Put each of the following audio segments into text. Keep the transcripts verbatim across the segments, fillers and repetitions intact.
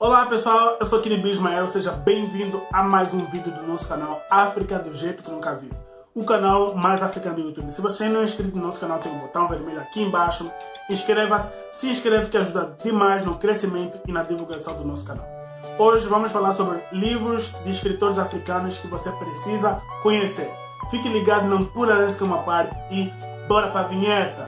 Olá pessoal, eu sou Kinibi Ismael, seja bem-vindo a mais um vídeo do nosso canal África do jeito que nunca viu. O canal mais africano do YouTube. Se você não é inscrito no nosso canal, tem um botão vermelho aqui embaixo. Inscreva-se, se inscreve que ajuda demais no crescimento e na divulgação do nosso canal. Hoje vamos falar sobre livros de escritores africanos que você precisa conhecer. Fique ligado, não pula nessa uma parte e bora pra vinheta!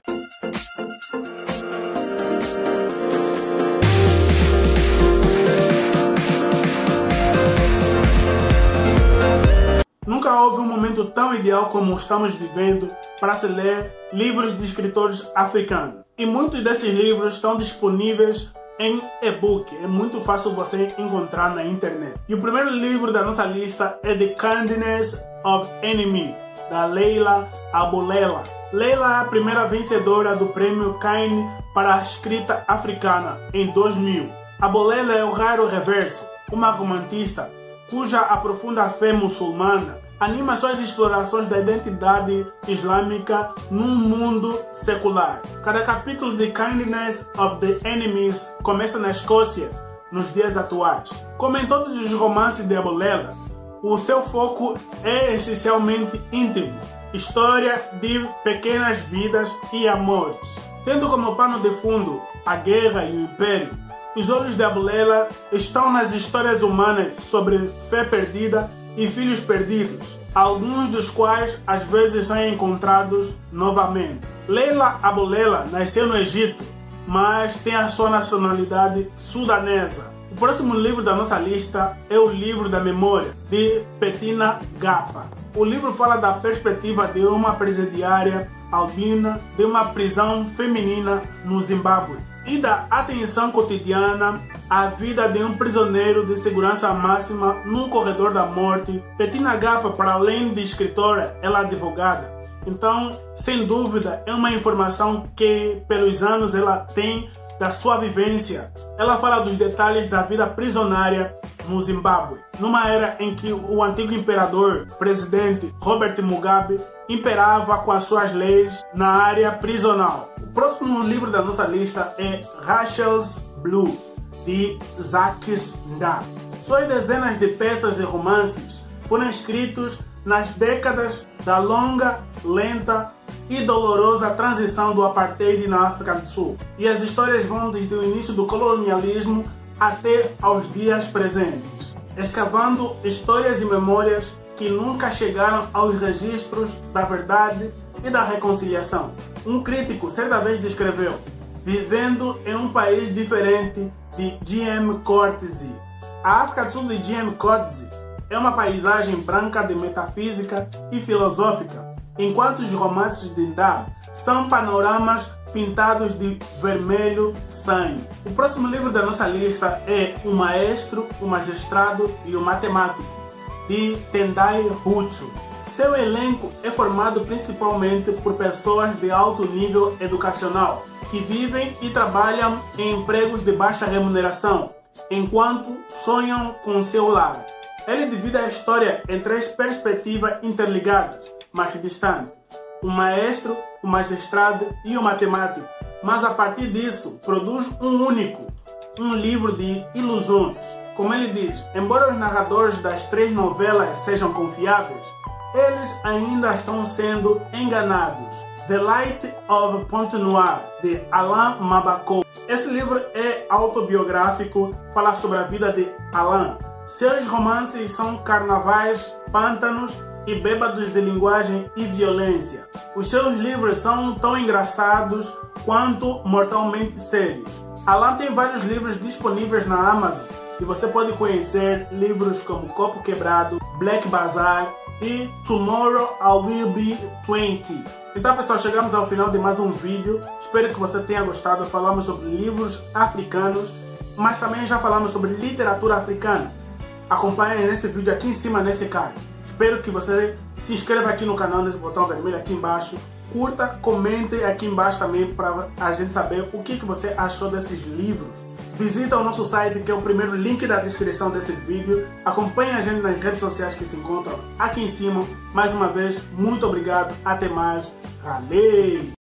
Nunca houve um momento tão ideal como estamos vivendo para se ler livros de escritores africanos. E muitos desses livros estão disponíveis em e-book. É muito fácil você encontrar na internet. E o primeiro livro da nossa lista é The Kindness of Enemy, da Leila Abulela. Leila é a primeira vencedora do prêmio Kine para a escrita africana em dois mil. Abulela é o raro reverso, uma romantista cuja a profunda fé muçulmana anima suas explorações da identidade islâmica num mundo secular. Cada capítulo de Kindness of the Enemies começa na Escócia, nos dias atuais. Como em todos os romances de Abulela, o seu foco é essencialmente íntimo, história de pequenas vidas e amores. Tendo como pano de fundo a guerra e o império, os olhos de Abulela estão nas histórias humanas sobre fé perdida e filhos perdidos, alguns dos quais às vezes são encontrados novamente. Leila Abulela nasceu no Egito, mas tem a sua nacionalidade sudanesa. O próximo livro da nossa lista é o livro da memória, de Petina Gapa. O livro fala da perspectiva de uma presidiária albina de uma prisão feminina no Zimbábue e da atenção cotidiana à vida de um prisioneiro de segurança máxima num corredor da morte. Petina Gapa, para além de escritora, ela é advogada. Então, sem dúvida, é uma informação que, pelos anos, ela tem da sua vivência. Ela fala dos detalhes da vida prisionária no Zimbábue, numa era em que o antigo imperador, presidente Robert Mugabe, imperava com as suas leis na área prisional. O próximo livro da nossa lista é Rachel's Blue, de Zakes Nda. Suas dezenas de peças e romances foram escritos nas décadas da longa, lenta e dolorosa transição do apartheid na África do Sul. E as histórias vão desde o início do colonialismo até aos dias presentes, escavando histórias e memórias que nunca chegaram aos registros da verdade e da reconciliação. Um crítico certa vez descreveu: vivendo em um país diferente, de G M Coetzee. A África do Sul de G M Coetzee é uma paisagem branca de metafísica e filosófica, enquanto os romances de Nda são panoramas pintados de vermelho sangue. O próximo livro da nossa lista é O Maestro, o Magistrado e o Matemático, de Tendai Huchu. Seu elenco é formado principalmente por pessoas de alto nível educacional, que vivem e trabalham em empregos de baixa remuneração, enquanto sonham com seu lar. Ele divide a história em três perspectivas interligadas, mas distantes: o maestro, o magistrado e o matemático. Mas a partir disso, produz um único, um livro de ilusões. Como ele diz, embora os narradores das três novelas sejam confiáveis, eles ainda estão sendo enganados. The Light of Pointe Noire, de Alain Mabako. Esse livro é autobiográfico, fala sobre a vida de Alain. Seus romances são carnavais, pântanos e bêbados de linguagem e violência. Os seus livros são tão engraçados quanto mortalmente sérios. Alain tem vários livros disponíveis na Amazon e você pode conhecer livros como Copo Quebrado, Black Bazaar e Tomorrow I Will Be twenty. Então pessoal, chegamos ao final de mais um vídeo. Espero que você tenha gostado. Falamos sobre livros africanos, mas também já falamos sobre literatura africana. Acompanhe nesse vídeo aqui em cima, nesse card. Espero que você se inscreva aqui no canal, nesse botão vermelho aqui embaixo. Curta, comente aqui embaixo também para a gente saber o que, que você achou desses livros. Visita o nosso site, que é o primeiro link da descrição desse vídeo. Acompanhe a gente nas redes sociais que se encontram aqui em cima. Mais uma vez, muito obrigado. Até mais. Valeu!